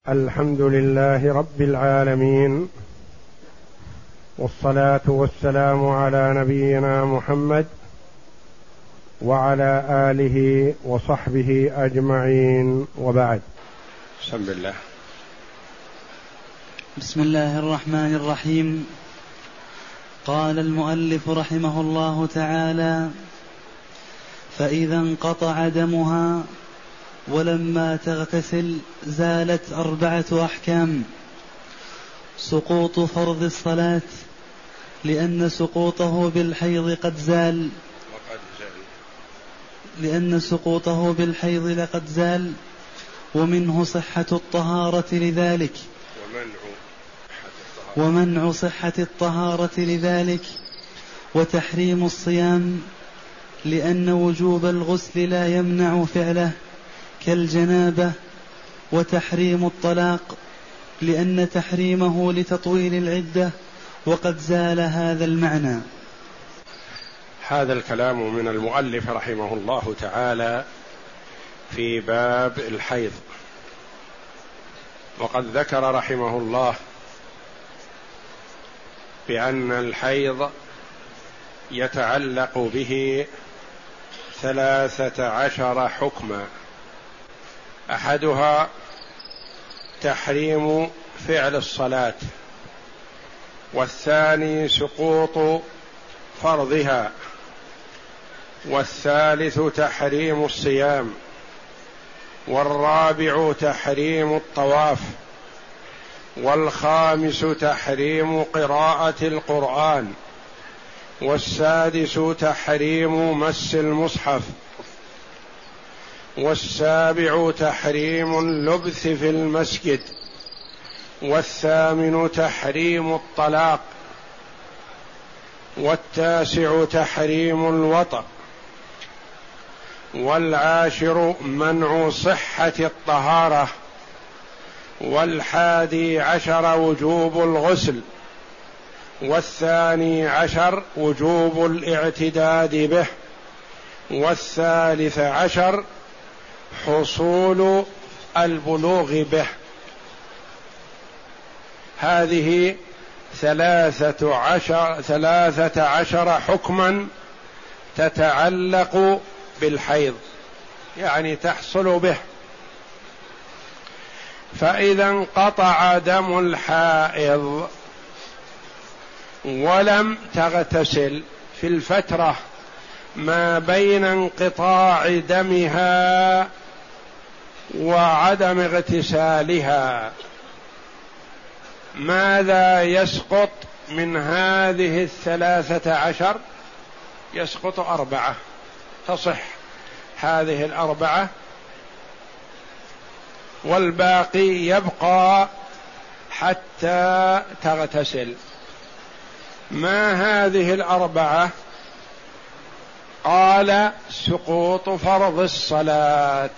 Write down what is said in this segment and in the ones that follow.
الحمد لله رب العالمين، والصلاة والسلام على نبينا محمد وعلى آله وصحبه أجمعين، وبعد. بسم الله الرحمن الرحيم. قال المؤلف رحمه الله تعالى: فإذا انقطع دمها ولما تغتسل زالت 4 أحكام: سقوط فرض الصلاة لأن سقوطه بالحيض قد زال، لقد زال، ومنه صحة الطهارة لذلك، ومنع صحة الطهارة لذلك، وتحريم الصيام لأن وجوب الغسل لا يمنع فعله كالجنابة، وتحريم الطلاق لأن تحريمه لتطويل العدة، وقد زال هذا المعنى. هذا الكلام من المؤلف رحمه الله تعالى في باب الحيض. وقد ذكر رحمه الله بأن الحيض يتعلق به 13 حكما: أحدها تحريم فعل الصلاة، والثاني سقوط فرضها، والثالث تحريم الصيام، والرابع تحريم الطواف، والخامس تحريم قراءة القرآن، والسادس تحريم مس المصحف، والسابع تحريم اللبث في المسجد، والثامن تحريم الطلاق، والتاسع تحريم الوطأ، والعاشر منع صحة الطهارة، والحادي عشر وجوب الغسل، والثاني عشر وجوب الاعتداد به، والثالث عشر حصول البلوغ به. هذه 13 حكما تتعلق بالحيض، يعني تحصل به. فإذا انقطع دم الحائض ولم تغتسل في الفترة ما بين انقطاع دمها وعدم اغتسالها، ماذا يسقط من هذه 13؟ يسقط 4، تصح هذه 4 والباقي يبقى حتى تغتسل. ما هذه 4؟ قال: سقوط فرض الصلاة.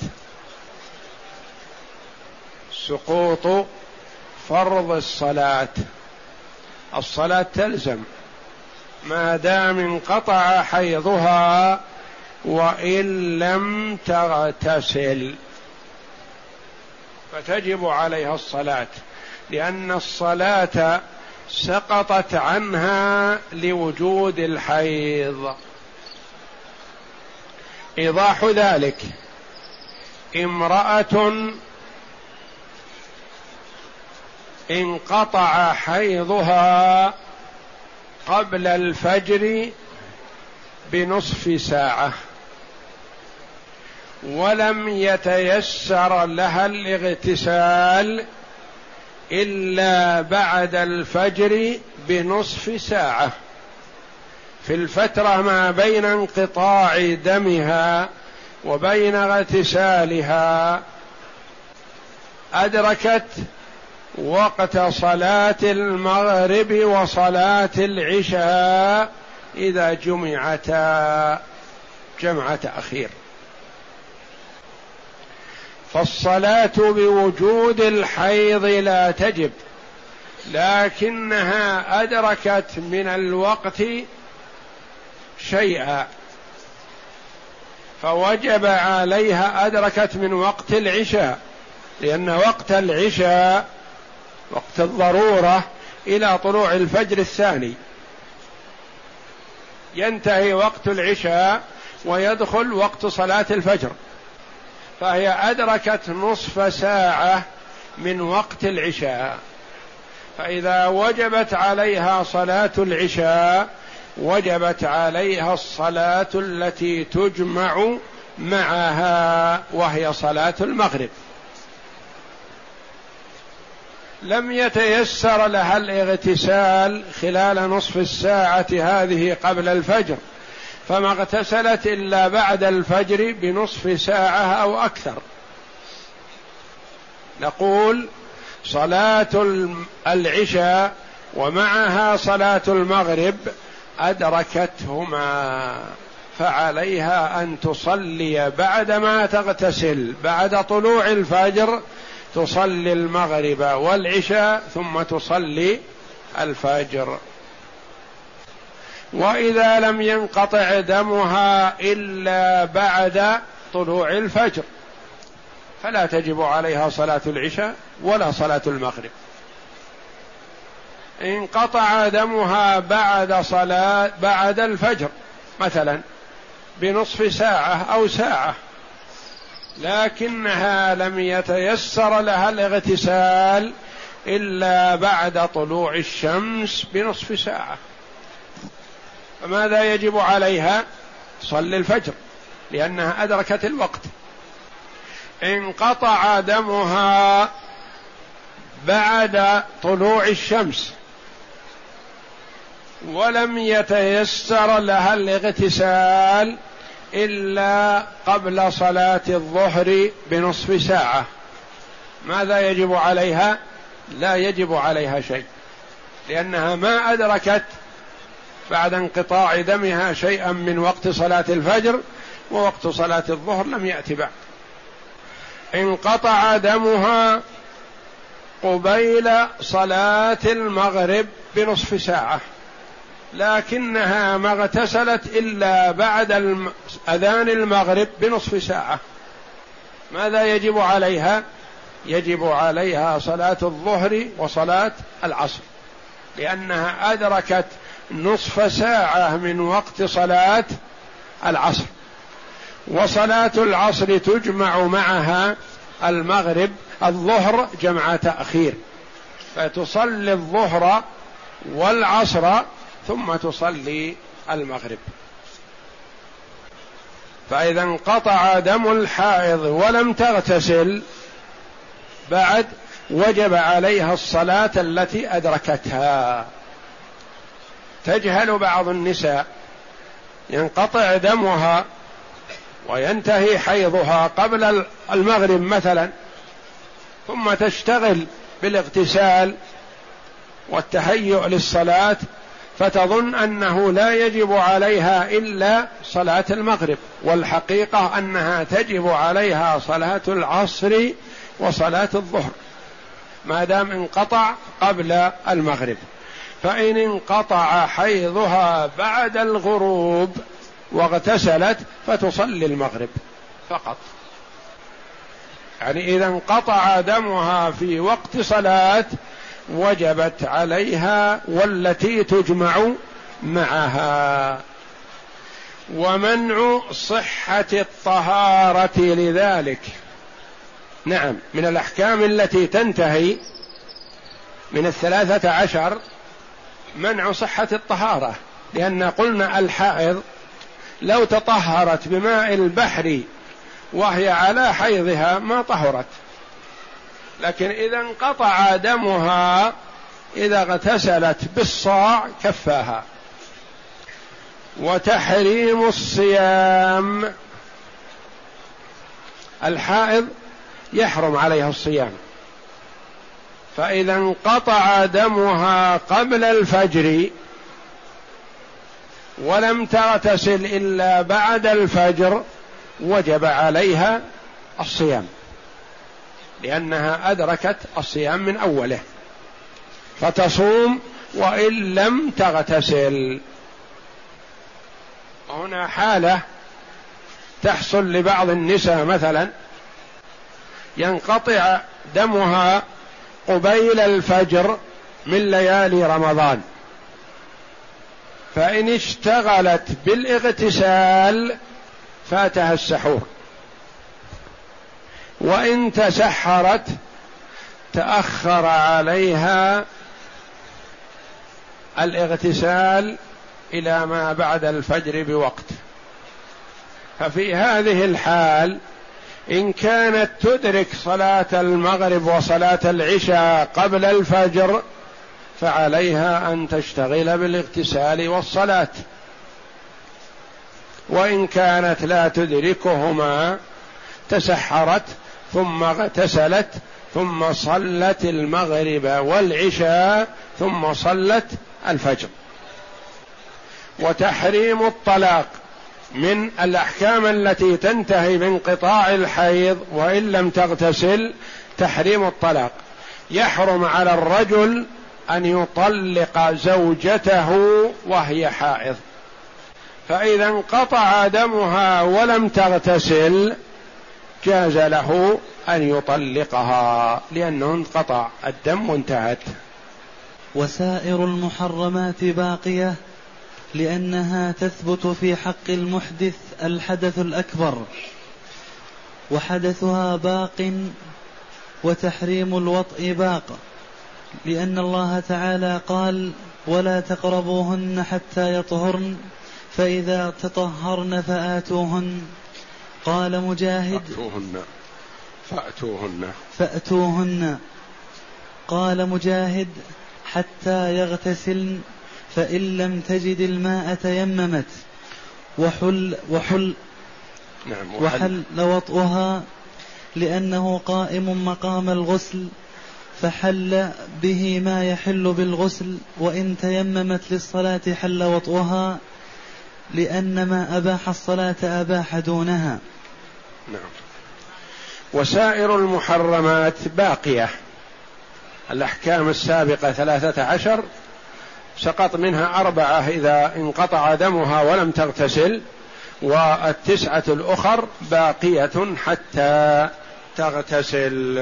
سقوط فرض الصلاة، الصلاة تلزم ما دام انقطع حيضها وإن لم تغتسل، فتجب عليها الصلاة، لأن الصلاة سقطت عنها لوجود الحيض. إيضاح ذلك: امرأة انقطع حيضها قبل الفجر بنصف ساعة، ولم يتيسر لها الاغتسال إلا بعد الفجر بنصف ساعة، في الفترة ما بين انقطاع دمها وبين اغتسالها أدركت وقت صلاة المغرب وصلاة العشاء إذا جمعتا جمع تأخير. فالصلاة بوجود الحيض لا تجب، لكنها أدركت من الوقت شيئا، فوجب عليها، أدركت من وقت العشاء لأن وقت العشاء وقت الضرورة إلى طلوع الفجر الثاني، ينتهي وقت العشاء ويدخل وقت صلاة الفجر، فهي أدركت نصف ساعة من وقت العشاء، فإذا وجبت عليها صلاة العشاء وجبت عليها الصلاة التي تجمع معها وهي صلاة المغرب. لم يتيسر لها الاغتسال خلال نصف الساعة هذه قبل الفجر، فما اغتسلت إلا بعد الفجر بنصف ساعة أو أكثر، نقول صلاة العشاء ومعها صلاة المغرب أدركتهما، فعليها أن تصلي بعدما تغتسل بعد طلوع الفجر، تصلي المغرب والعشاء ثم تصلي الفجر. وإذا لم ينقطع دمها إلا بعد طلوع الفجر فلا تجب عليها صلاة العشاء ولا صلاة المغرب. انقطع دمها بعد الفجر مثلا بنصف ساعة أو ساعة، لكنها لم يتيسر لها الاغتسال إلا بعد طلوع الشمس بنصف ساعة، فماذا يجب عليها؟ تصلي الفجر لأنها أدركت الوقت. انقطع دمها بعد طلوع الشمس ولم يتيسر لها الاغتسال إلا قبل صلاة الظهر بنصف ساعة، ماذا يجب عليها؟ لا يجب عليها شيء، لأنها ما أدركت بعد انقطاع دمها شيئا من وقت صلاة الفجر، ووقت صلاة الظهر لم يأتي بعد. انقطع دمها قبيل صلاة المغرب بنصف ساعة، لكنها ما اغتسلت إلا بعد أذان المغرب بنصف ساعة، ماذا يجب عليها؟ يجب عليها صلاة الظهر وصلاة العصر، لأنها أدركت نصف ساعة من وقت صلاة العصر، وصلاة العصر تجمع معها الظهر جمع تأخير، فتصلي الظهر والعصر ثم تصلي المغرب. فإذا انقطع دم الحائض ولم تغتسل بعد وجب عليها الصلاة التي أدركتها. تجهل بعض النساء ينقطع دمها وينتهي حيضها قبل المغرب مثلا، ثم تشتغل بالاغتسال والتهيؤ للصلاة، فتظن أنه لا يجب عليها إلا صلاة المغرب، والحقيقة أنها تجب عليها صلاة العصر وصلاة الظهر ما دام انقطع قبل المغرب. فإن انقطع حيضها بعد الغروب واغتسلت فتصلي المغرب فقط، يعني إذا انقطع دمها في وقت صلاة وجبت عليها والتي تجمع معها. ومنع صحة الطهارة لذلك، نعم، من الأحكام التي تنتهي من 13 منع صحة الطهارة، لأن قلنا الحائض لو تطهرت بماء البحر وهي على حيضها ما طهرت، لكن إذا انقطع دمها إذا اغتسلت بالصاع كفاها. وتحريم الصيام، الحائض يحرم عليها الصيام، فإذا انقطع دمها قبل الفجر ولم تغتسل إلا بعد الفجر وجب عليها الصيام، لأنها أدركت الصيام من أوله، فتصوم وإن لم تغتسل. هنا حالة تحصل لبعض النساء مثلا ينقطع دمها قبيل الفجر من ليالي رمضان، فإن اشتغلت بالاغتسال فاتها السحور، وإن تسحرت تأخر عليها الاغتسال إلى ما بعد الفجر بوقت. ففي هذه الحال إن كانت تدرك صلاة المغرب وصلاة العشاء قبل الفجر فعليها أن تشتغل بالاغتسال والصلاة، وإن كانت لا تدركهما تسحرت ثم اغتسلت ثم صلت المغرب والعشاء ثم صلت الفجر. وتحريم الطلاق من الأحكام التي تنتهي بانقطاع الحيض وإن لم تغتسل. تحريم الطلاق، يحرم على الرجل أن يطلق زوجته وهي حائض، فإذا انقطع دمها ولم تغتسل جاز له أن يطلقها لأنه انقطع الدم وانتهت. وسائر المحرمات باقية لأنها تثبت في حق المحدث الحدث الأكبر، وحدثها باق، وتحريم الوطء باق، لأن الله تعالى قال: ولا تقربوهن حتى يطهرن فإذا تطهرن فآتوهن. قال مجاهد: فأتوهن. قال مجاهد: حتى يغتسلن، فإن لم تجد الماء تيممت. وحل وطئها لأنه قائم مقام الغسل، فحل به ما يحل بالغسل، وإن تيممت للصلاة حل وطئها لأن ما أباح الصلاة أباح دونها. نعم. وسائر المحرمات باقية، الأحكام السابقة 13 سقط منها 4 إذا انقطع دمها ولم تغتسل، والتسعة الأخر باقية حتى تغتسل،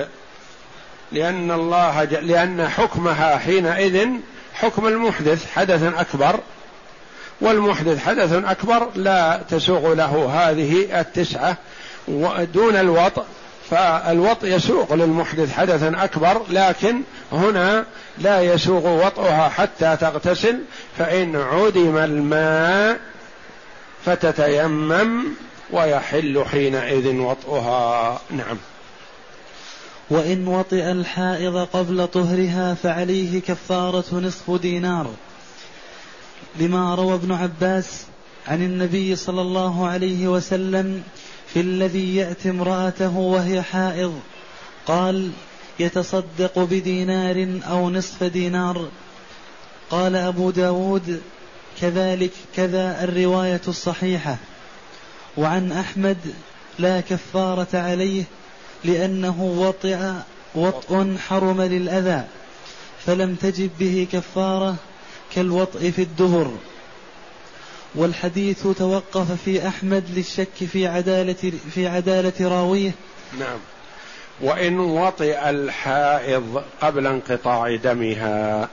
لأن حكمها حينئذ حكم المحدث حدث أكبر، والمحدث حدث أكبر لا تسوغ له هذه 9 دون الوطء، فالوطء يسوغ للمحدث حدثا أكبر، لكن هنا لا يسوغ وطئها حتى تغتسل، فإن عدم الماء فتتيمم ويحل حينئذ وطئها. نعم. وإن وطئ الحائض قبل طهرها فعليه كفارة نصف دينار، لما روى ابن عباس عن النبي صلى الله عليه وسلم في الذي يأتي امرأته وهي حائض قال: يتصدق بدينار أو نصف دينار. قال أبو داود: كذلك كذا الرواية الصحيحة. وعن أحمد: لا كفارة عليه لأنه وطء حرم للأذى، فلم تجب به كفارة كالوطء في الدبر. والحديث توقف في أحمد للشك في عدالة راويه. نعم. وإن وطئ الحائض قبل انقطاع دمها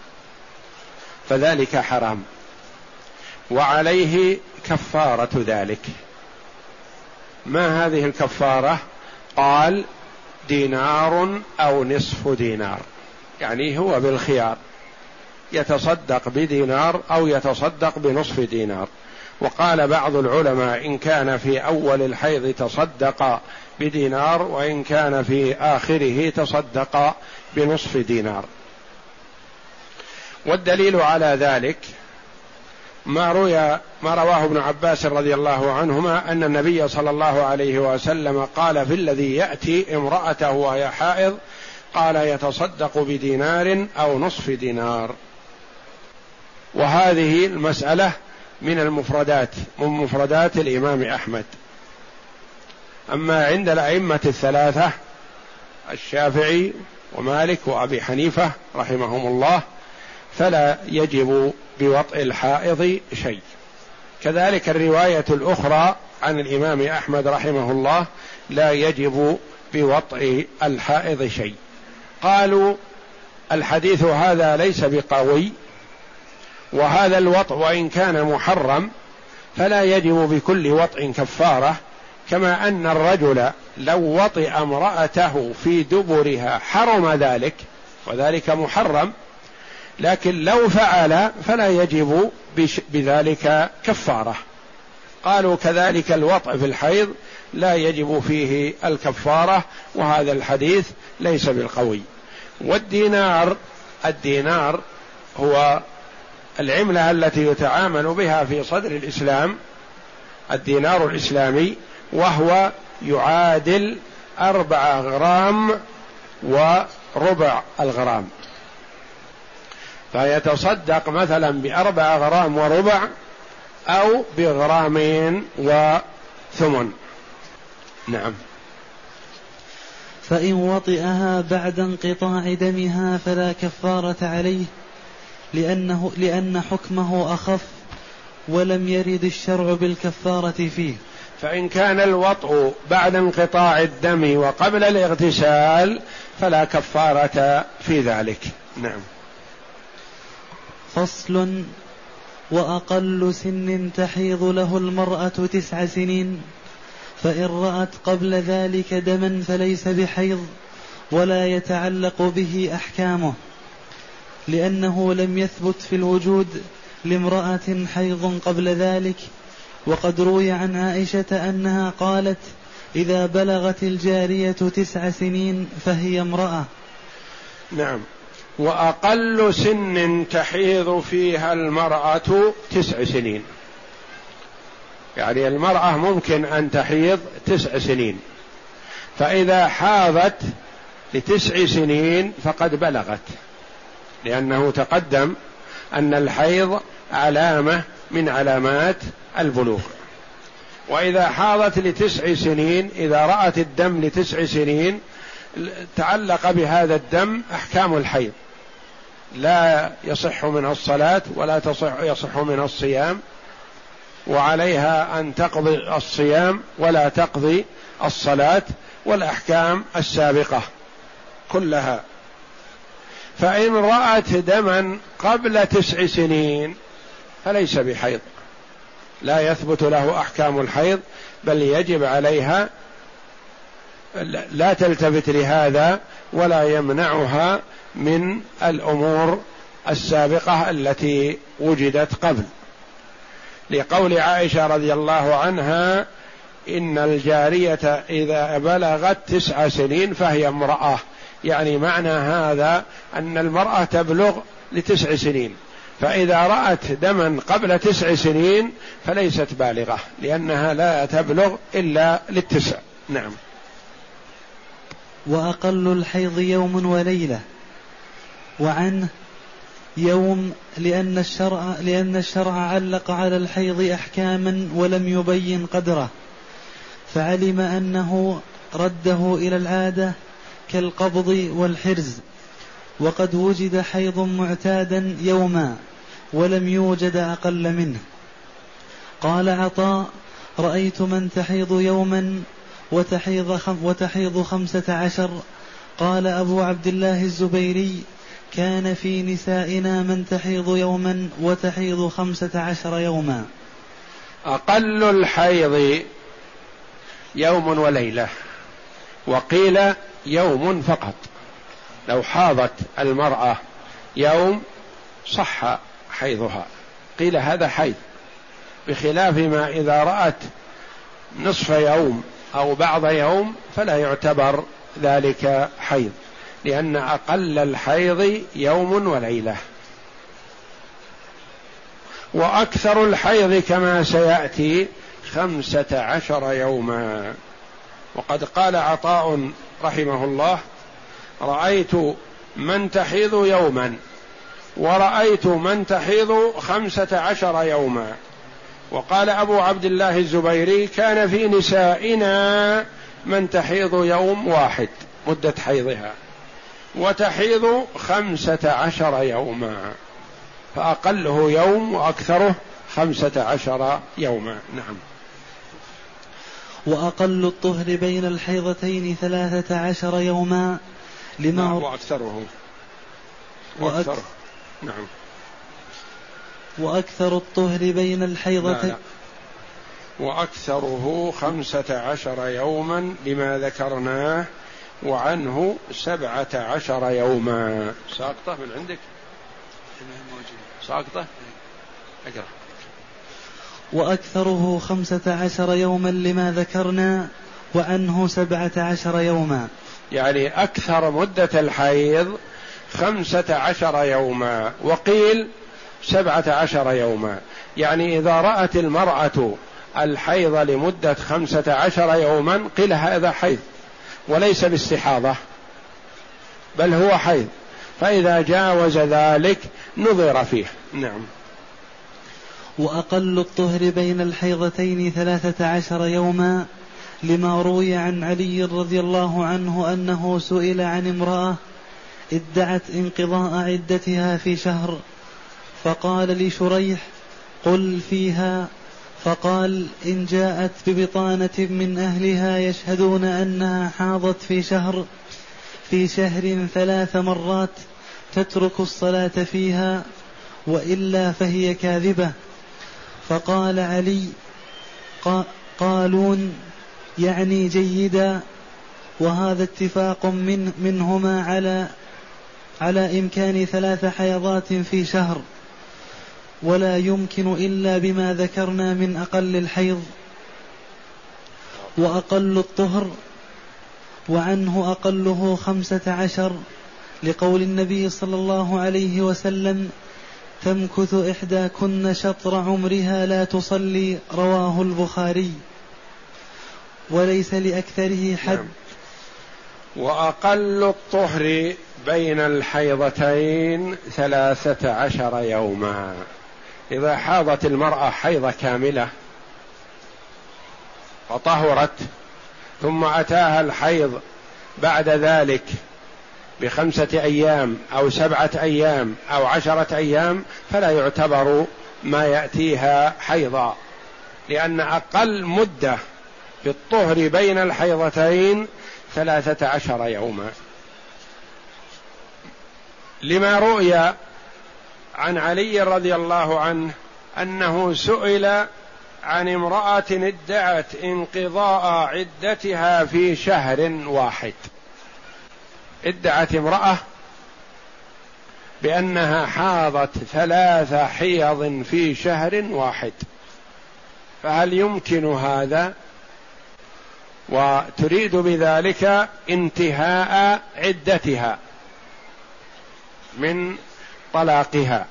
فذلك حرام، وعليه كفارة ذلك. ما هذه الكفارة؟ قال: دينار أو نصف دينار، يعني هو بالخيار، يتصدق بدينار أو يتصدق بنصف دينار. وقال بعض العلماء إن كان في أول الحيض تصدق بدينار، وإن كان في آخره تصدق بنصف دينار. والدليل على ذلك ما رواه ابن عباس رضي الله عنهما أن النبي صلى الله عليه وسلم قال في الذي يأتي امرأته وهي حائض قال: يتصدق بدينار أو نصف دينار. وهذه المسألة من مفردات الإمام أحمد. أما عند الأئمة 3 الشافعي ومالك وأبي حنيفة رحمهم الله فلا يجب بوطء الحائض شيء. كذلك الرواية الأخرى عن الإمام أحمد رحمه الله لا يجب بوطء الحائض شيء. قالوا الحديث هذا ليس بقوي، وهذا الوطء وإن كان محرم فلا يجب بكل وطء كفارة، كما أن الرجل لو وطئ امرأته في دبرها حرم ذلك وذلك محرم، لكن لو فعل فلا يجب بذلك كفارة. قالوا كذلك الوطء في الحيض لا يجب فيه الكفارة، وهذا الحديث ليس بالقوي. الدينار هو العملة التي يتعامل بها في صدر الإسلام، الدينار الإسلامي، وهو يعادل 4 غرام وربع الغرام، فيتصدق مثلا ب4 غرام وربع أو ب2 وثمن. نعم. فإن وطئها بعد انقطاع دمها فلا كفارة عليه، لأن حكمه أخف ولم يرد الشرع بالكفارة فيه. فإن كان الوطء بعد انقطاع الدم وقبل الاغتسال فلا كفارة في ذلك. نعم. فصل. وأقل سن تحيض له المرأة 9 سنين، فإن رأت قبل ذلك دما فليس بحيض ولا يتعلق به أحكامه، لأنه لم يثبت في الوجود لامرأة حيض قبل ذلك. وقد روي عن عائشة أنها قالت: إذا بلغت الجارية 9 سنين فهي امرأة. نعم. وأقل سن تحيض فيها المرأة 9 سنين، يعني المرأة ممكن أن تحيض 9 سنين، فإذا حاضت ل9 سنين فقد بلغت، لأنه تقدم أن الحيض علامة من علامات البلوغ. وإذا حاضت ل9 سنين، إذا رأت الدم ل9 سنين تعلق بهذا الدم أحكام الحيض، لا يصح من الصلاة ولا يصح من الصيام، وعليها أن تقضي الصيام ولا تقضي الصلاة والأحكام السابقة كلها. فإن رأت دما قبل 9 سنين فليس بحيض، لا يثبت له أحكام الحيض، بل يجب عليها، لا تلتفت لهذا ولا يمنعها من الأمور السابقة التي وجدت قبل، لقول عائشة رضي الله عنها: إن الجارية إذا بلغت 9 سنين فهي امرأة. يعني معنى هذا أن المرأة تبلغ ل9 سنين، فإذا رأت دما قبل 9 سنين فليست بالغة، لأنها لا تبلغ إلا ل9. نعم. وأقل الحيض يوم وليلة. وعنه: يوم، لأن الشرع علق على الحيض أحكاما ولم يبين قدره، فعلم أنه رده إلى العادة كالقبض والحرز. وقد وجد حيض معتادا يوما ولم يوجد أقل منه. قال عطاء: رأيت من تحيض يوما وتحيض 15. قال أبو عبد الله الزبيري: كان في نسائنا من تحيض يوما وتحيض 15 يوما. أقل الحيض يوم وليلة، وقيل يوم فقط. لو حاضت المرأة يوم صح حيضها، قيل هذا حيض، بخلاف ما إذا رأت نصف يوم أو بعض يوم فلا يعتبر ذلك حيض، لأن أقل الحيض يوم وليلة. وأكثر الحيض كما سيأتي 15 يوما. وقد قال عطاء رحمه الله: رأيت من تحيض يوما ورأيت من تحيض 15 يوما. وقال أبو عبد الله الزبيري: كان في نسائنا من تحيض يوم واحد مدة حيضها وتحيض 15 يوما، فأقله يوم وأكثره 15 يوما. نعم. وأقل الطهر بين الحيضتين 13 يوما لما وأكثره نعم. وأكثر الطهر بين الحيضتين وأكثره 15 يوما لما ذكرناه، وعنه 17 يوما. ساقطة من عندك؟ ساقطة؟ أقرأ. وأكثره 15 يوما لما ذكرنا، وعنه 17 يوما. يعني أكثر مدة الحيض 15 يوما، وقيل 17 يوما. يعني إذا رأت المرأة الحيض لمدة 15 يوما قيل هذا حيض وليس باستحاضة بل هو حيض، فإذا جاوز ذلك نظر فيه. نعم. وأقل الطهر بين الحيضتين 13 يوما لما روي عن علي رضي الله عنه أنه سئل عن امرأة ادعت انقضاء عدتها في شهر، فقال لشريح قل فيها، فقال إن جاءت ببطانة من أهلها يشهدون أنها حاضت في شهر 3 مرات تترك الصلاة فيها وإلا فهي كاذبة. فقال علي قالون يعني جيدا، وهذا اتفاق منهما على إمكان 3 حيضات في شهر، ولا يمكن إلا بما ذكرنا من أقل الحيض. وأقل الطهر وعنه أقله 15 لقول النبي صلى الله عليه وسلم تمكث إحداكن شطر عمرها لا تصلي، رواه البخاري، وليس لأكثره حد. وأقل الطهر بين الحيضتين 13 يوما. إذا حاضت المرأة حيضة كاملة فطهرت ثم أتاها الحيض بعد ذلك ب5 أيام أو 7 أيام أو 10 أيام فلا يعتبر ما يأتيها حيضا، لأن أقل مدة في الطهر بين الحيضتين 13 يوما، لما روي عن علي رضي الله عنه أنه سئل عن امرأة ادعت انقضاء عدتها في شهر واحد. ادعت امرأة بأنها حاضت 3 حيض في شهر واحد، فهل يمكن هذا؟ وتريد بذلك انتهاء عدتها من طلاقها.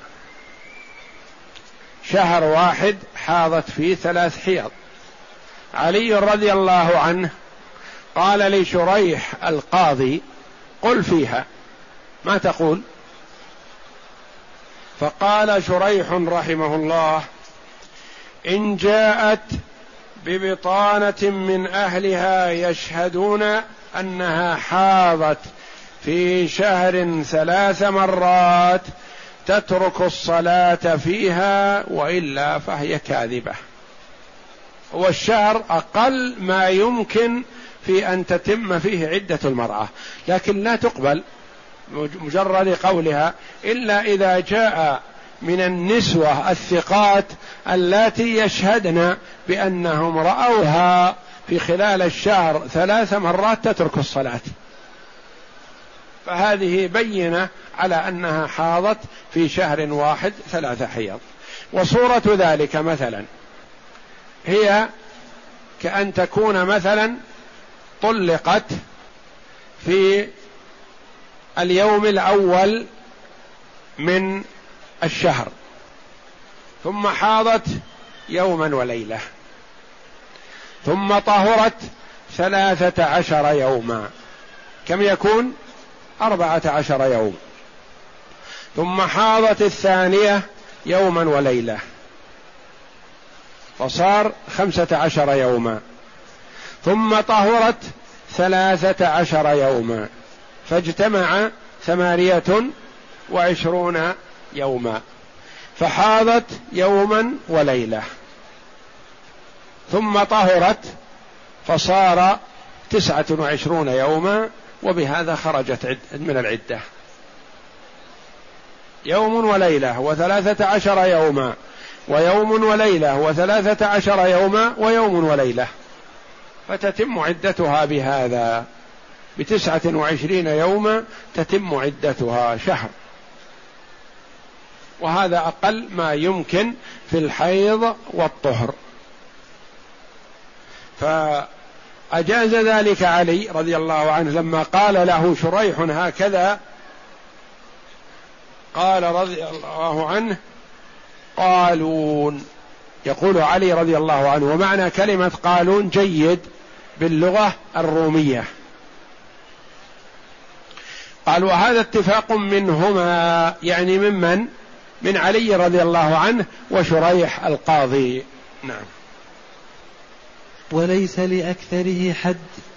شهر واحد حاضت فيه 3 حيض. علي رضي الله عنه قال لشريح القاضي قل فيها، ما تقول؟ فقال شريح رحمه الله إن جاءت ببطانة من أهلها يشهدون أنها حاضت في شهر 3 مرات تترك الصلاة فيها وإلا فهي كاذبة. والشهر أقل ما يمكن في أن تتم فيه عدة المرأة، لكن لا تقبل مجرد قولها إلا إذا جاء من النسوة الثقات اللاتي يشهدن بأنهم رأوها في خلال الشهر 3 مرات تترك الصلاة، فهذه بينة على أنها حاضت في شهر واحد 3 حيض. وصورة ذلك مثلا هي كأن تكون مثلا طلقت في اليوم الأول من الشهر ثم حاضت يوما وليلة ثم طهرت 13 يوما، كم يكون؟ 14 يوم، ثم حاضت الثانية يوما وليلة فصار 15 يوما، ثم طهرت 13 يوما فاجتمع 28 يوما، فحاضت يوما وليلة، ثم طهرت فصار 29 يوما، وبهذا خرجت من العدة. يوم وليلة و13 يوما، ويوم وليلة و13 يوما، ويوم وليلة، فتتم عدتها بهذا، ب29 يوما تتم عدتها شهر، وهذا أقل ما يمكن في الحيض والطهر. فأجاز ذلك علي رضي الله عنه لما قال له شريح هكذا، قال رضي الله عنه: قالون. يقول علي رضي الله عنه، ومعنى كلمة قالون جيد باللغة الرومية. قال: وهذا اتفاق منهما، يعني ممن؟ من علي رضي الله عنه وشريح القاضي. نعم. وليس لأكثره حد،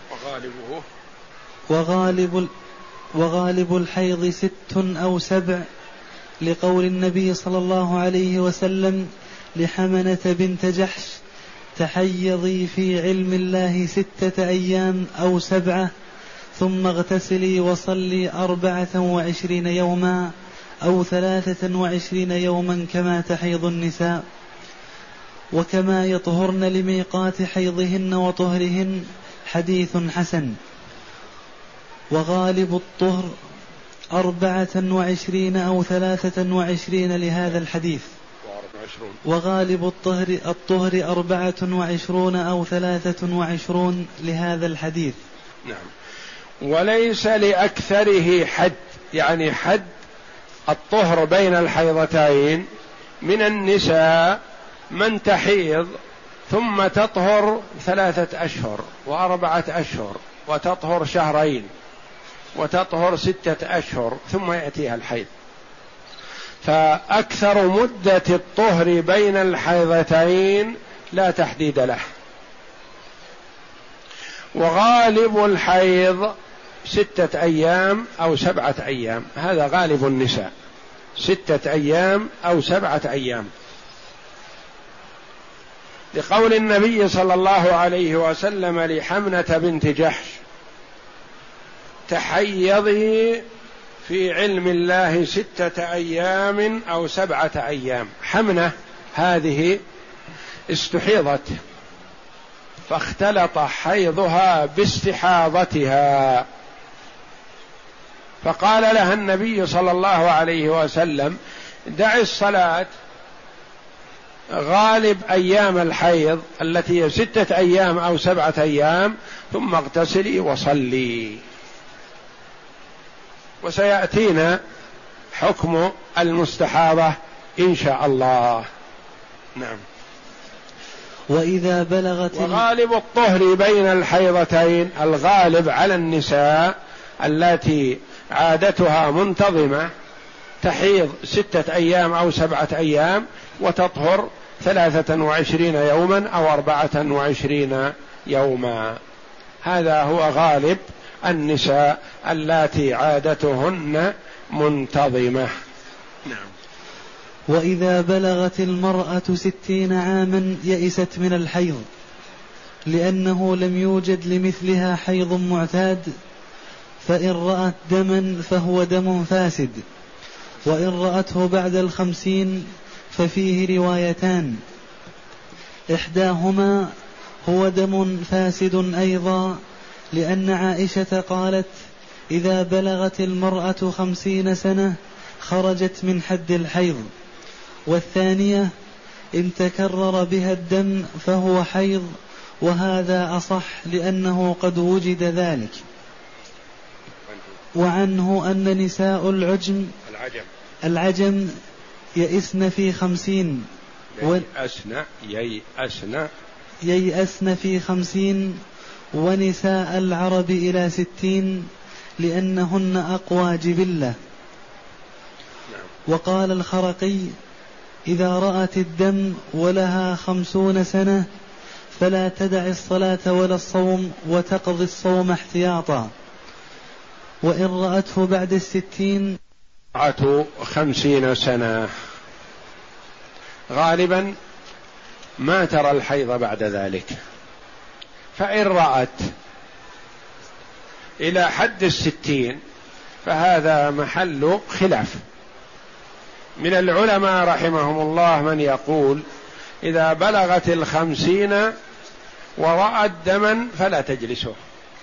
وغالب الحيض 6 أو 7، لقول النبي صلى الله عليه وسلم لحمنة بنت جحش: تحيضي في علم الله 6 أيام أو 7، ثم اغتسلي وصلي 24 يوما أو 23 يوما كما تحيض النساء، وكما يطهرن لميقات حيضهن وطهرهن، حديث حسن. وغالب الطهر 24 أو 23 لهذا الحديث، وغالب الطهر 24 أو 23 لهذا الحديث. نعم. وليس لأكثره حد، يعني حد الطهر بين الحيضتين من النساء من تحيض ثم تطهر 3 أشهر و4 أشهر، وتطهر 2 شهرين، وتطهر 6 أشهر، ثم يأتيها الحيض. فأكثر مدة الطهر بين الحيضتين لا تحديد له. وغالب الحيض 6 أيام أو 7 أيام، هذا غالب النساء، 6 أيام أو 7 أيام، لقول النبي صلى الله عليه وسلم لحمنة بنت جحش: تحيضي في علم الله 6 أيام أو 7 أيام. حمنة هذه استحيضت، فاختلط حيضها باستحاضتها، فقال لها النبي صلى الله عليه وسلم: دعي الصلاة غالب أيام الحيض التي هي 6 أيام أو 7 أيام، ثم اغتسلي وصلي. وسيأتينا حكم المستحاضة إن شاء الله. نعم. وإذا بلغت وغالب الطهر بين الحيضتين، الغالب على النساء التي عادتها منتظمة تحيض 6 أيام أو 7 أيام، وتطهر 23 يوما أو 24 يوما. هذا هو غالب النساء اللاتي عادتهن منتظمة. نعم. وإذا بلغت المرأة 60 عاما يئست من الحيض، لأنه لم يوجد لمثلها حيض معتاد، فإن رأت دما فهو دم فاسد، وإن رأته بعد 50 ففيه روايتان، إحداهما هو دم فاسد أيضا، لأن عائشة قالت: إذا بلغت المرأة 50 سنة خرجت من حد الحيض. والثانية: إن تكرر بها الدم فهو حيض، وهذا أصح لأنه قد وجد ذلك. وعنه أن نساء العجم يئسن في 50 ييأسن في 50، ونساء العرب إلى 60، لأنهن أقوى جبلة. وقال الخرقي: إذا رأت الدم ولها 50 سنة فلا تدع الصلاة ولا الصوم، وتقضي الصوم احتياطا. وإن رأته بعد 60 50 سنة غالبا ما ترى الحيض بعد ذلك، فإن رأت إلى حد 60 فهذا محل خلاف. من العلماء رحمهم الله من يقول إذا بلغت 50 ورأت دما فلا تجلسه،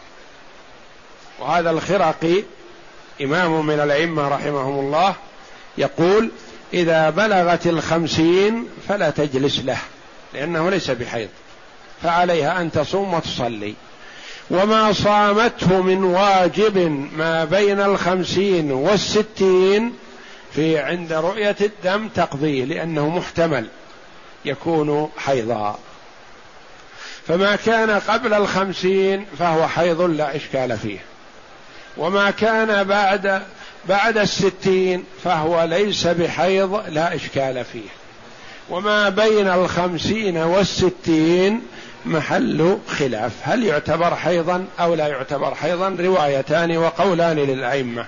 وهذا الخرقي إمام من الأئمة رحمهم الله يقول إذا بلغت 50 فلا تجلس له لأنه ليس بحيض، فعليها أن تصوم وتصلي. وما صامته من واجب ما بين 50 و60 في عند رؤية الدم تقضيه، لأنه محتمل يكون حيضا. فما كان قبل 50 فهو حيض لا إشكال فيه، وما كان بعد 60 فهو ليس بحيض لا إشكال فيه، وما بين 50 و60 محل خلاف، هل يعتبر حيضا أو لا يعتبر حيضا؟ روايتان وقولان للأئمة.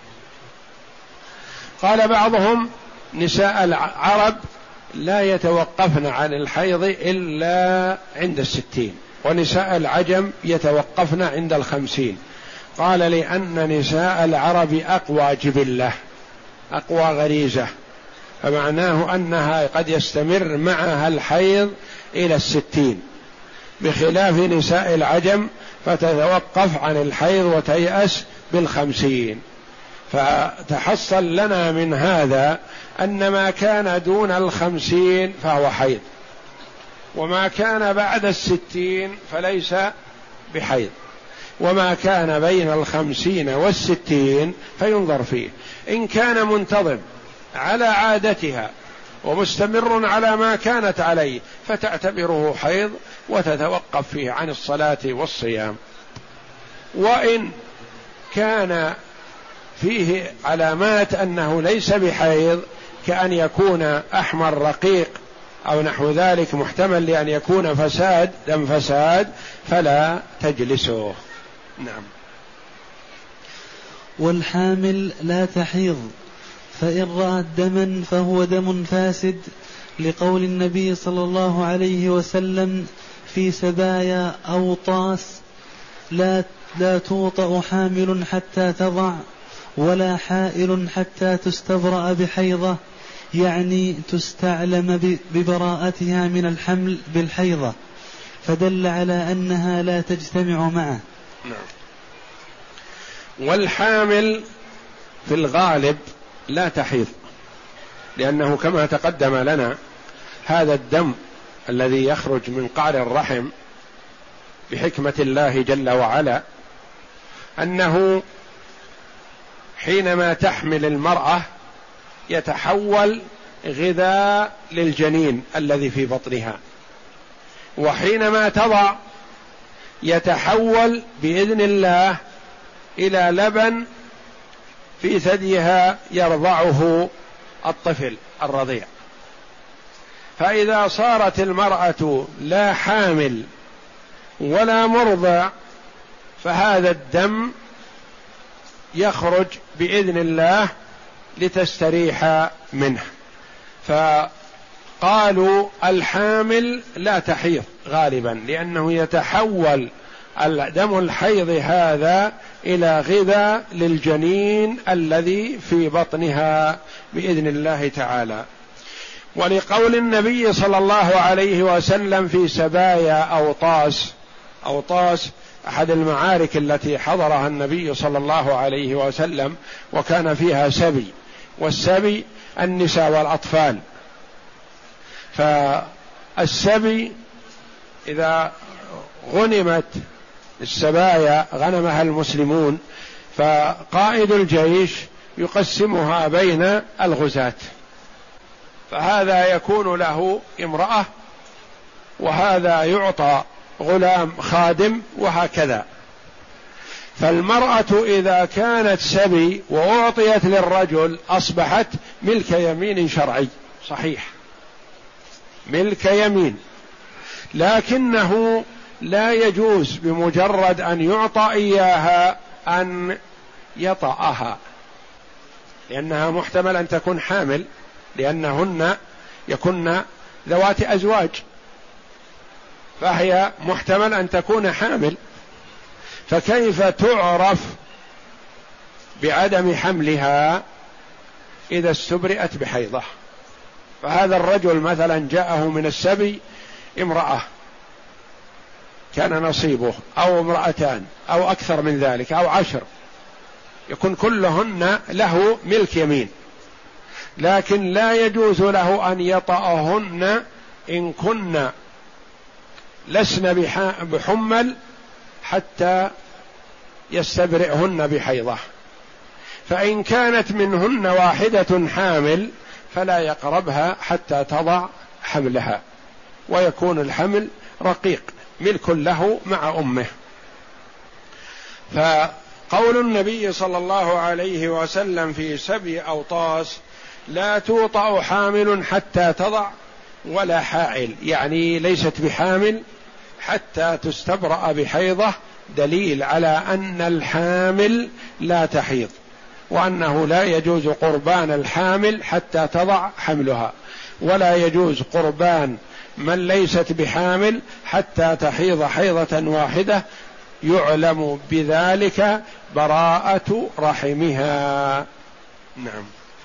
قال بعضهم نساء العرب لا يتوقفن عن الحيض إلا عند 60، ونساء العجم يتوقفن عند 50. قال لأن نساء العرب أقوى جبلة، أقوى غريزة، فمعناه أنها قد يستمر معها الحيض إلى 60، بخلاف نساء العجم فتتوقف عن الحيض وتيأس 50. فتحصل لنا من هذا أن ما كان دون 50 فهو حيض، وما كان بعد 60 فليس بحيض، وما كان بين 50 و60 فينظر فيه. إن كان منتظم على عادتها ومستمر على ما كانت عليه فتعتبره حيض وتتوقف فيه عن الصلاة والصيام. وإن كان فيه علامات أنه ليس بحيض كأن يكون أحمر رقيق أو نحو ذلك، محتمل لأن يكون فساد دم فساد، فلا تجلسه. نعم. والحامل لا تحيض، فإن رأت دما فهو دم فاسد، لقول النبي صلى الله عليه وسلم في سبايا أوطاس لا توطأ حامل حتى تضع، ولا حائل حتى تستبرأ بحيضة، يعني تستعلم ببراءتها من الحمل بالحيضة، فدل على أنها لا تجتمع معه. نعم. والحامل في الغالب لا تحيض، لأنه كما تقدم لنا هذا الدم الذي يخرج من قعر الرحم بحكمة الله جل وعلا أنه حينما تحمل المرأة يتحول غذاء للجنين الذي في بطنها، وحينما تضع يتحول بإذن الله إلى لبن في ثديها يرضعه الطفل الرضيع. فإذا صارت المرأة لا حامل ولا مرضع فهذا الدم يخرج بإذن الله لتستريح منه. فقالوا الحامل لا تحيض غالبا، لأنه يتحول دم الحيض هذا إلى غذاء للجنين الذي في بطنها بإذن الله تعالى. ولقول النبي صلى الله عليه وسلم في سبايا أوطاس أحد المعارك التي حضرها النبي صلى الله عليه وسلم، وكان فيها سبي، والسبي النساء والأطفال. فالسبي إذا غنمت السبايا غنمها المسلمون، فقائد الجيش يقسمها بين الغزاة، فهذا يكون له امرأة، وهذا يعطى غلام خادم، وهكذا. فالمرأة إذا كانت سبي وأعطيت للرجل أصبحت ملك يمين شرعي صحيح، ملك يمين، لكنه لا يجوز بمجرد أن يعطى إياها أن يطأها، لأنها محتمل أن تكون حامل، لأنهن يكن ذوات أزواج، فهي محتمل أن تكون حامل، فكيف تعرف بعدم حملها إذا استبرئت بحيضة؟ فهذا الرجل مثلا جاءه من السبي امرأة كان نصيبه، أو امرأتان، أو أكثر من ذلك، أو 10، يكون كلهن له ملك يمين، لكن لا يجوز له أن يطأهن إن كن لسن بحمل حتى يستبرئهن بحيضة. فإن كانت منهن واحدة حامل فلا يقربها حتى تضع حملها، ويكون الحمل رقيق ملك له مع أمه. فقول النبي صلى الله عليه وسلم في سبي أوطاس: لا توطأ حامل حتى تضع، ولا حائل، يعني ليست بحامل حتى تستبرأ بحيضة، دليل على أن الحامل لا تحيض، وأنه لا يجوز قربان الحامل حتى تضع حملها، ولا يجوز قربان من ليست بحامل حتى تحيض حيضة واحدة يعلم بذلك براءة رحمها. نعم.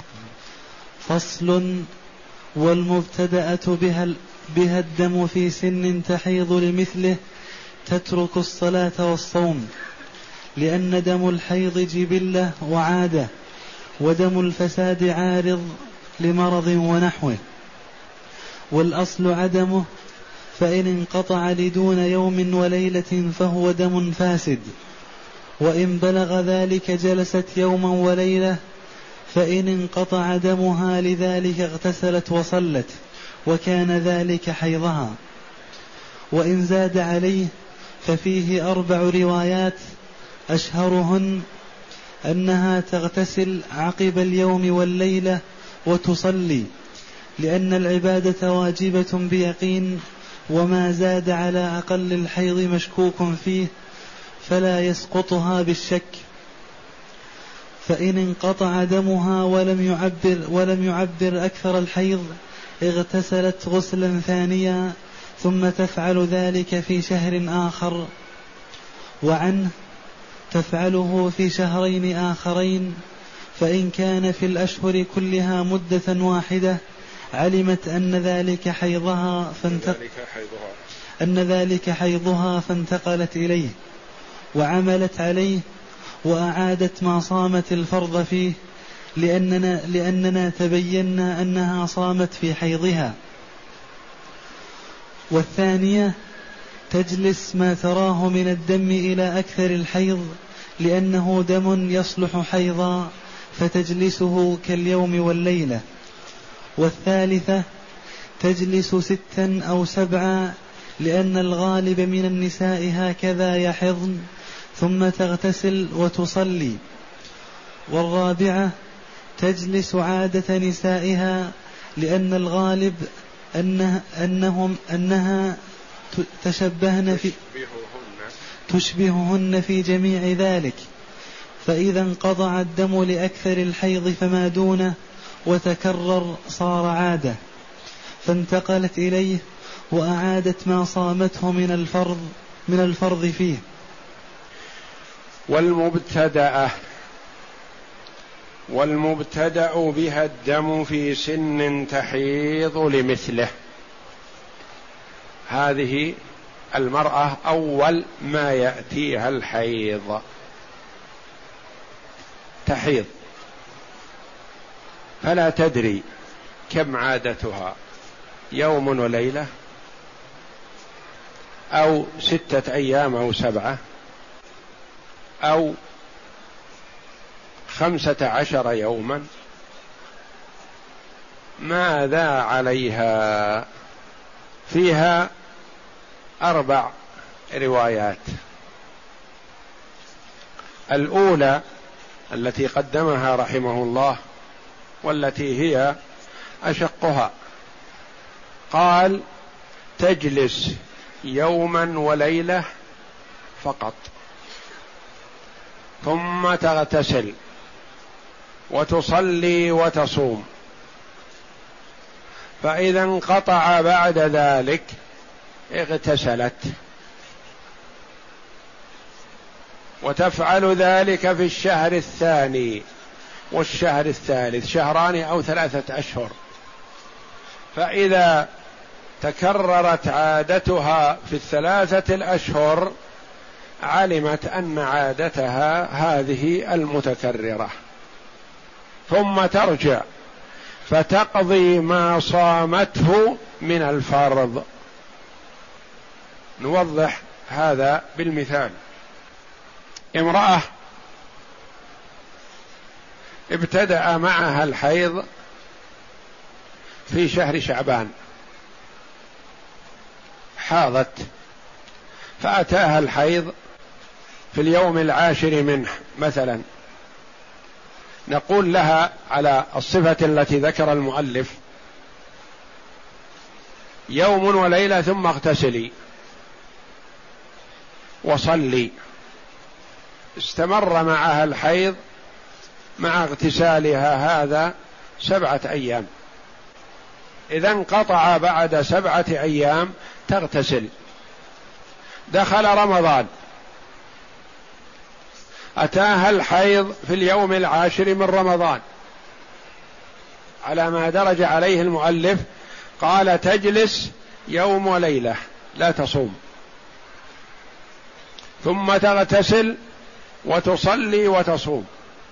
فصل: والمبتدأة بها الدم في سن تحيض لمثله تترك الصلاة والصوم، لأن دم الحيض جبلة وعادة، ودم الفساد عارض لمرض ونحوه، والأصل عدمه، فإن انقطع لدون يوم وليلة فهو دم فاسد، وإن بلغ ذلك جلست يوما وليلة، فإن انقطع دمها لذلك اغتسلت وصلت، وكان ذلك حيضها. وإن زاد عليه ففيه 4 روايات، أشهرهن أنها تغتسل عقب اليوم والليلة وتصلي، لأن العبادة واجبة بيقين، وما زاد على أقل الحيض مشكوك فيه فلا يسقطها بالشك. فإن انقطع دمها ولم يعبر أكثر الحيض اغتسلت غسلا ثانيا، ثم تفعل ذلك في شهر آخر، وعنه تفعله في شهرين آخرين. فإن كان في الأشهر كلها مدة واحدة علمت أن ذلك حيضها فانتقلت إليه وعملت عليه، وأعادت ما صامت الفرض فيه، لأننا تبينا أنها صامت في حيضها. والثانية تجلس ما تراه من الدم إلى أكثر الحيض، لأنه دم يصلح حيضا، فتجلسه كاليوم والليلة. والثالثة تجلس 6 أو 7، لأن الغالب من النساء هكذا يحضن، ثم تغتسل وتصلي. والرابعة تجلس عادة نسائها، لأن الغالب أنها تشبههن في جميع ذلك. فإذا انقطع الدم لأكثر الحيض فما دونه وتكرر صار عادة، فانتقلت إليه وأعادت ما صامته من الفرض فيه. والمبتدأ بها الدم في سن تحيض لمثله، هذه المرأة أول ما يأتيها الحيض تحيض، فلا تدري كم عادتها، يوم وليلة، أو 6 أيام أو 7، أو 15 يوما، ماذا عليها؟ فيها 4 روايات. الأولى التي قدمها رحمه الله والتي هي أشقها، قال: تجلس يوما وليلة فقط، ثم تغتسل وتصلي وتصوم، فإذا انقطع بعد ذلك اغتسلت، وتفعل ذلك في الشهر الثاني والشهر الثالث، 2 أو 3 أشهر. فإذا تكررت عادتها في 3 الأشهر علمت أن عادتها هذه المتكررة، ثم ترجع فتقضي ما صامته من الفرض. نوضح هذا بالمثال. امرأة ابتدأ معها الحيض في شهر شعبان، حاضت، فأتاها الحيض في اليوم 10 منه مثلا، نقول لها على الصفة التي ذكر المؤلف: يوم وليلة ثم اغتسلي وصلي. استمر معها الحيض مع اغتسالها هذا 7 أيام. إذا انقطع بعد 7 أيام تغتسل. دخل رمضان، أتاها الحيض في اليوم 10 من رمضان، على ما درج عليه المؤلف، قال تجلس يوم وليلة لا تصوم، ثم تغتسل وتصلي وتصوم.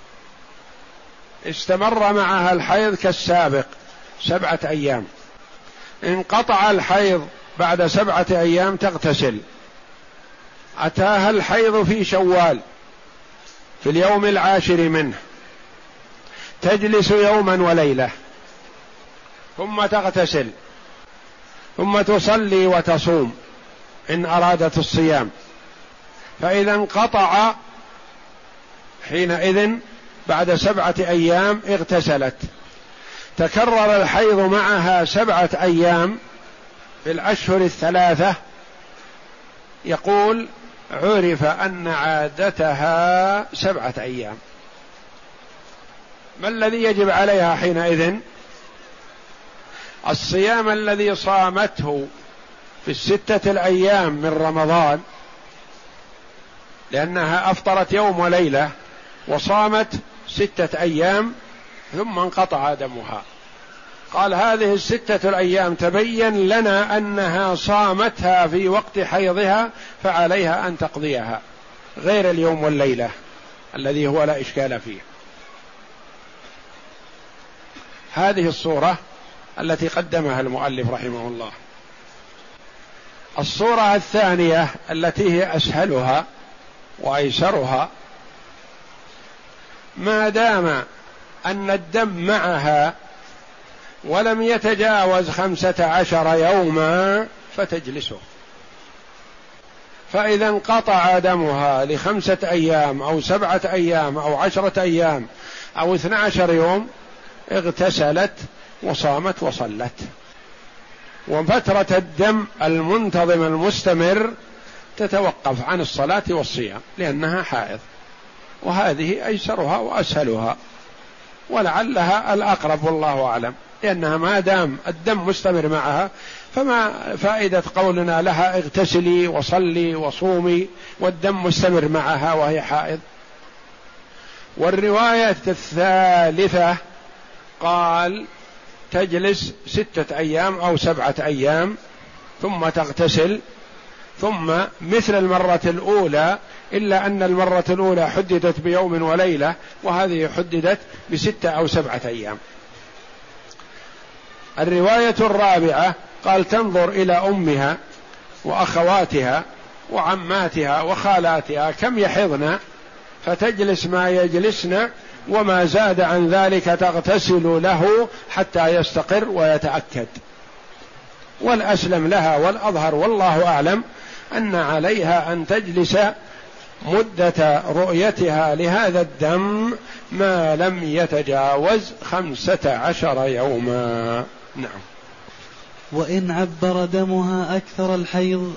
استمر معها الحيض كالسابق 7 أيام. انقطع الحيض بعد 7 أيام تغتسل. أتاها الحيض في شوال في اليوم 10 منه، تجلس يوما وليلة، ثم تغتسل، ثم تصلي وتصوم إن أرادت الصيام. فإذا انقطع حينئذ بعد 7 أيام اغتسلت. تكرر الحيض معها 7 أيام في الأشهر 3، يقول عرف أن عادتها 7 أيام. ما الذي يجب عليها حينئذ؟ الصيام الذي صامته في 6 الأيام من رمضان، لأنها أفطرت يوم وليلة وصامت 6 أيام ثم انقطع دمها. قال هذه 6 الأيام تبين لنا أنها صامتها في وقت حيضها، فعليها أن تقضيها، غير اليوم والليلة الذي هو لا إشكال فيه. هذه الصورة التي قدمها المؤلف رحمه الله. الصورة الثانية التي هي أسهلها وأيسرها: ما دام أن الدم معها ولم يتجاوز 15 يوما فتجلسه. فإذا انقطع دمها ل5 أيام أو 7 أيام أو 10 أيام أو 12 يوم اغتسلت وصامت وصلت. وفترة الدم المنتظم المستمر تتوقف عن الصلاة والصيام لأنها حائض، وهذه أيسرها وأسهلها ولعلها الأقرب والله أعلم، لأنها ما دام الدم مستمر معها فما فائدة قولنا لها اغتسلي وصلي وصومي والدم مستمر معها وهي حائض. والرواية الثالثة قال تجلس 6 أيام أو 7 أيام ثم تغتسل، ثم مثل المرة الأولى، إلا أن المرة الأولى حددت بيوم وليلة، وهذه حددت ب6 أو 7 أيام. الرواية الرابعة قال تنظر إلى أمها وأخواتها وعماتها وخالاتها كم يحضن، فتجلس ما يجلسن، وما زاد عن ذلك تغتسل له حتى يستقر ويتأكد. والأسلم لها والأظهر والله أعلم أن عليها أن تجلس مدة رؤيتها لهذا الدم ما لم يتجاوز 15 يوما. نعم. وإن عبر دمها أكثر الحيض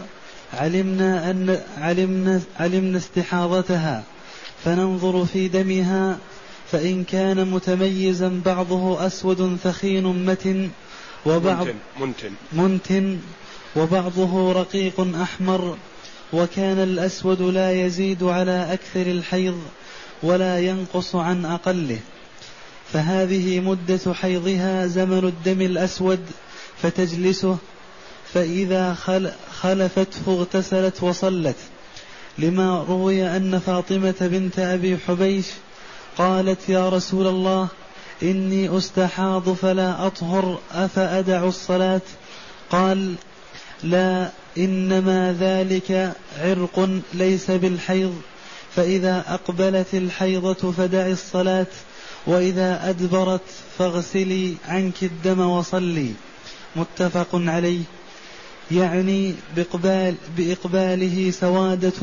علمنا استحاضتها، فننظر في دمها، فإن كان متميزا بعضه أسود ثخين منتن وبعضه رقيق أحمر، وكان الأسود لا يزيد على أكثر الحيض ولا ينقص عن أقله، فهذه مدة حيضها زمن الدم الأسود فتجلسه، فإذا خلفته اغتسلت وصلت، لما روي أن فاطمة بنت أبي حبيش قالت: يا رسول الله، إني أستحاض فلا أطهر، أفأدع الصلاة؟ قال: لا، إنما ذلك عرق ليس بالحيض، فإذا أقبلت الحيضة فدعي الصلاة، وإذا أدبرت فاغسلي عنك الدم وصلي. متفق عليه، يعني بإقباله سوادة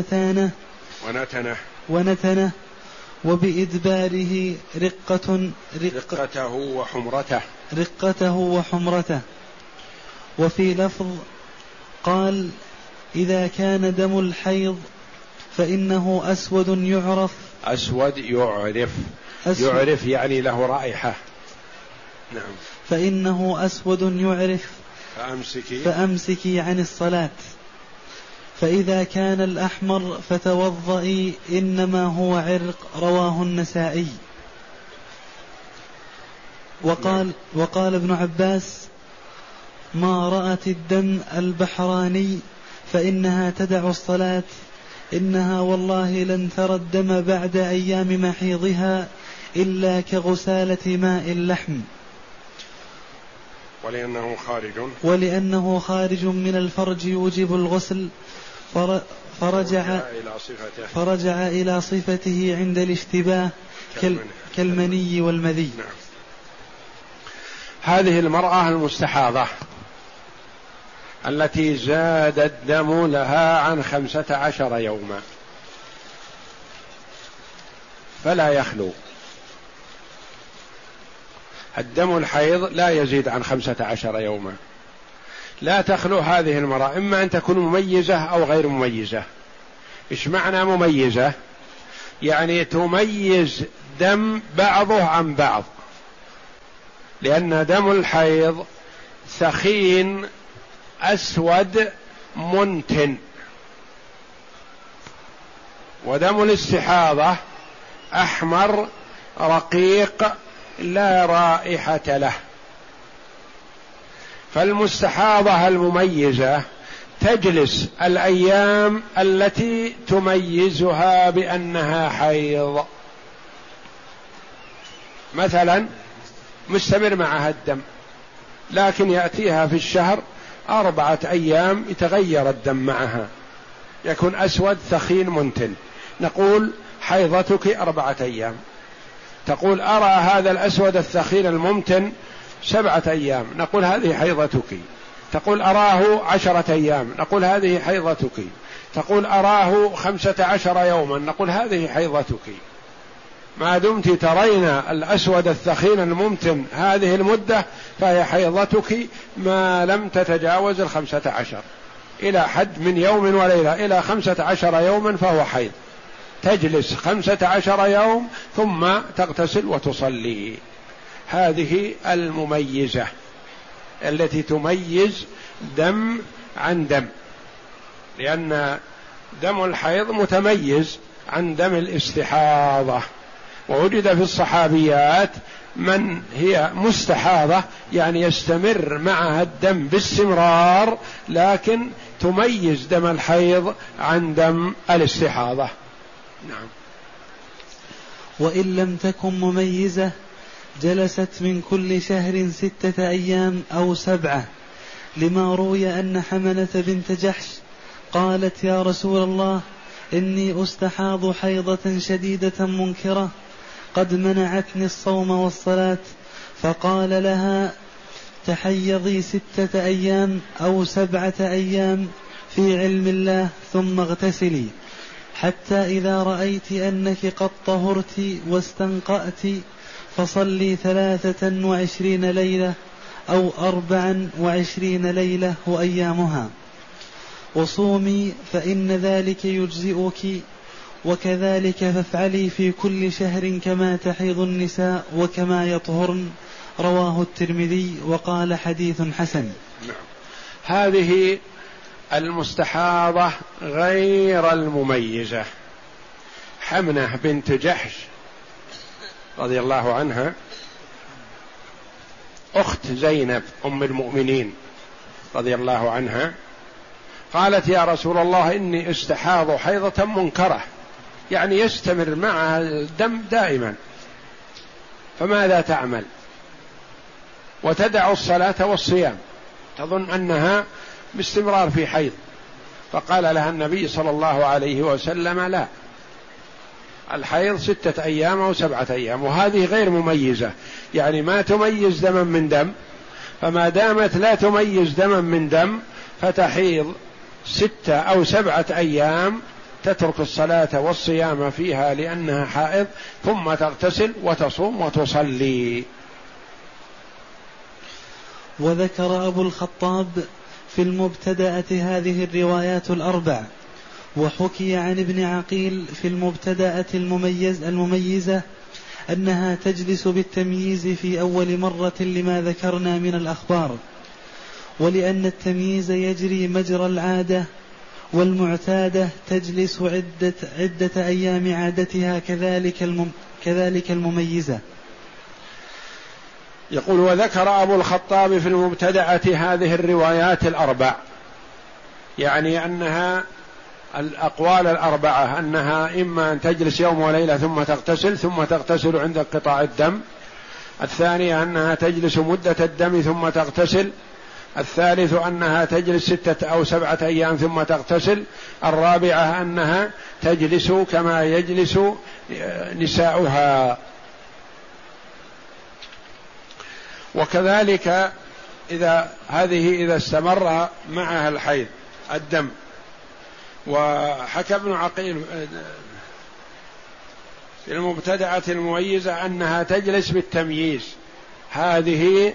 ونتنة وبإدباره رقته وحمرته. وفي لفظ قال: إذا كان دم الحيض فإنه أسود يعرف. يعرف يعني له رائحة. نعم. فإنه أسود يعرف فأمسكي عن الصلاة. فإذا كان الأحمر فتوضئي، إنما هو عرق. رواه النسائي. وقال ابن عباس: ما رأت الدم البحراني فإنها تدع الصلاة، إنها والله لن ترى الدم بعد أيام محيضها إلا كغسالة ماء اللحم، ولأنه خارج من الفرج يوجب الغسل، فرجع إلى صفته عند الاشتباه كالمني والمذي. نعم. هذه المرأة المستحاضة التي زاد الدم لها عن 15 يوما، فلا يخلو الدم الحيض لا يزيد عن 15 يوما، لا تخلو هذه المرأة، إما أن تكون مميزة أو غير مميزة. إيش معنى مميزة؟ يعني تميز دم بعضه عن بعض، لأن دم الحيض ثخين أسود منتن، ودم الاستحاضة أحمر رقيق لا رائحة له. فالمستحاضة المميزة تجلس الأيام التي تميزها بأنها حيض، مثلا مستمر معها الدم، لكن يأتيها في الشهر 4 أيام يتغير الدم معها، يكون أسود ثخين منتن، نقول حيضتك 4 أيام. تقول أرى هذا الأسود الثخين الممتن 7 أيام، نقول هذه حيضتك. تقول أراه 10 أيام، نقول هذه حيضتك. تقول أراه 15 يوما، نقول هذه حيضتك. ما دمت ترين الأسود الثخين الممتن هذه المدة فهي حيضتك، ما لم تتجاوز 15 إلى حد من يوم وليلة إلى 15 يوما فهو حيض. تجلس 15 يوم ثم تغتسل وتصلي. هذه المميزة التي تميز دم عن دم، لأن دم الحيض متميز عن دم الاستحاضة. ووجد في الصحابيات من هي مستحاضة، يعني يستمر معها الدم باستمرار، لكن تميز دم الحيض عن دم الاستحاضة. نعم. وإن لم تكن مميزة جلست من كل شهر 6 أيام أو 7، لما روي أن حمنة بنت جحش قالت: يا رسول الله، إني أستحاض حيضة شديدة منكرة قد منعتني الصوم والصلاة، فقال لها: تحيضي 6 أيام أو 7 أيام في علم الله، ثم اغتسلي، حتى إذا رأيت أنك قد طهرت واستنقأت فصلي 23 ليلة أو 24 ليلة وأيامها، وصومي فإن ذلك يجزئك، وكذلك فافعلي في كل شهر كما تحيض النساء وكما يطهرن. رواه الترمذي وقال: حديث حسن. نعم. هذه المستحاضة غير المميزة. حمنة بنت جحش رضي الله عنها أخت زينب أم المؤمنين رضي الله عنها قالت: يا رسول الله إني استحاض حيضة منكرة، يعني يستمر معها الدم دائما، فماذا تعمل؟ وتدع الصلاة والصيام، تظن أنها باستمرار في حيض. فقال لها النبي صلى الله عليه وسلم: لا، الحيض 6 أيام أو 7 أيام، وهذه غير مميزة، يعني ما تميز دما من دم، فما دامت لا تميز دما من دم فتحيض 6 أو 7 أيام، تترك الصلاة والصيام فيها لأنها حائض، ثم تغتسل وتصوم وتصلي. وذكر أبو الخطاب في المبتدأة هذه الروايات الأربع، وحكي عن ابن عقيل في المبتدأة المميزة أنها تجلس بالتمييز في أول مرة لما ذكرنا من الأخبار، ولأن التمييز يجري مجرى العادة، والمعتادة تجلس عدة أيام عادتها كذلك المميزة. يقول: وذكر أبو الخطاب في المبتدأة هذه الروايات الأربع، يعني أنها الأقوال الأربعة، أنها إما أن تجلس يوم وليلة ثم تغتسل، ثم تغتسل عند انقطاع الدم. الثانية أنها تجلس مدة الدم ثم تغتسل. الثالث أنها تجلس 6 أو 7 أيام ثم تغتسل. الرابعة أنها تجلس كما يجلس نساؤها. وكذلك إذا استمر معها الحيض الدم. وحكى ابن عقيل في المبتدعة المميزة أنها تجلس بالتمييز، هذه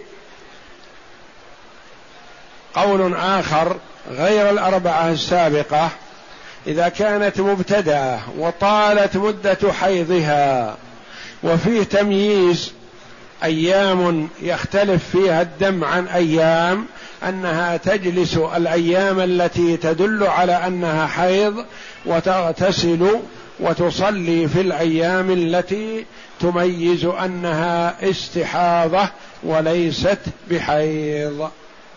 قول آخر غير الأربعة السابقة. إذا كانت مبتدعة وطالت مدة حيضها وفيه تمييز أيام يختلف فيها الدم عن أيام، أنها تجلس الأيام التي تدل على أنها حيض وتغتسل وتصلي في الأيام التي تميز أنها استحاضة وليست بحيض.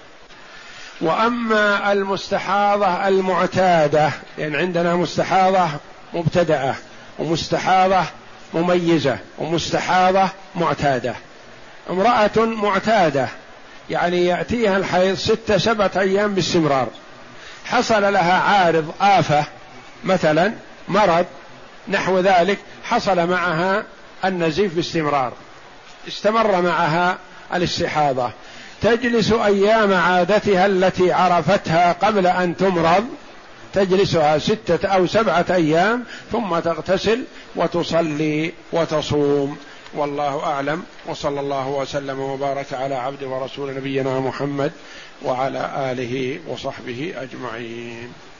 وأما المستحاضة المعتادة، يعني عندنا مستحاضة مبتدأة ومستحاضة مميزة ومستحاضة معتادة. امرأة معتادة يعني يأتيها الحيض 6 7 أيام باستمرار، حصل لها عارض آفة مثلا مرض نحو ذلك، حصل معها النزيف باستمرار، استمر معها الاستحاضة، تجلس أيام عادتها التي عرفتها قبل أن تمرض، تجلسها 6 أو 7 أيام، ثم تغتسل وتصلي وتصوم. والله أعلم، وصلى الله وسلم وبارك على عبد ورسول نبينا محمد وعلى آله وصحبه أجمعين.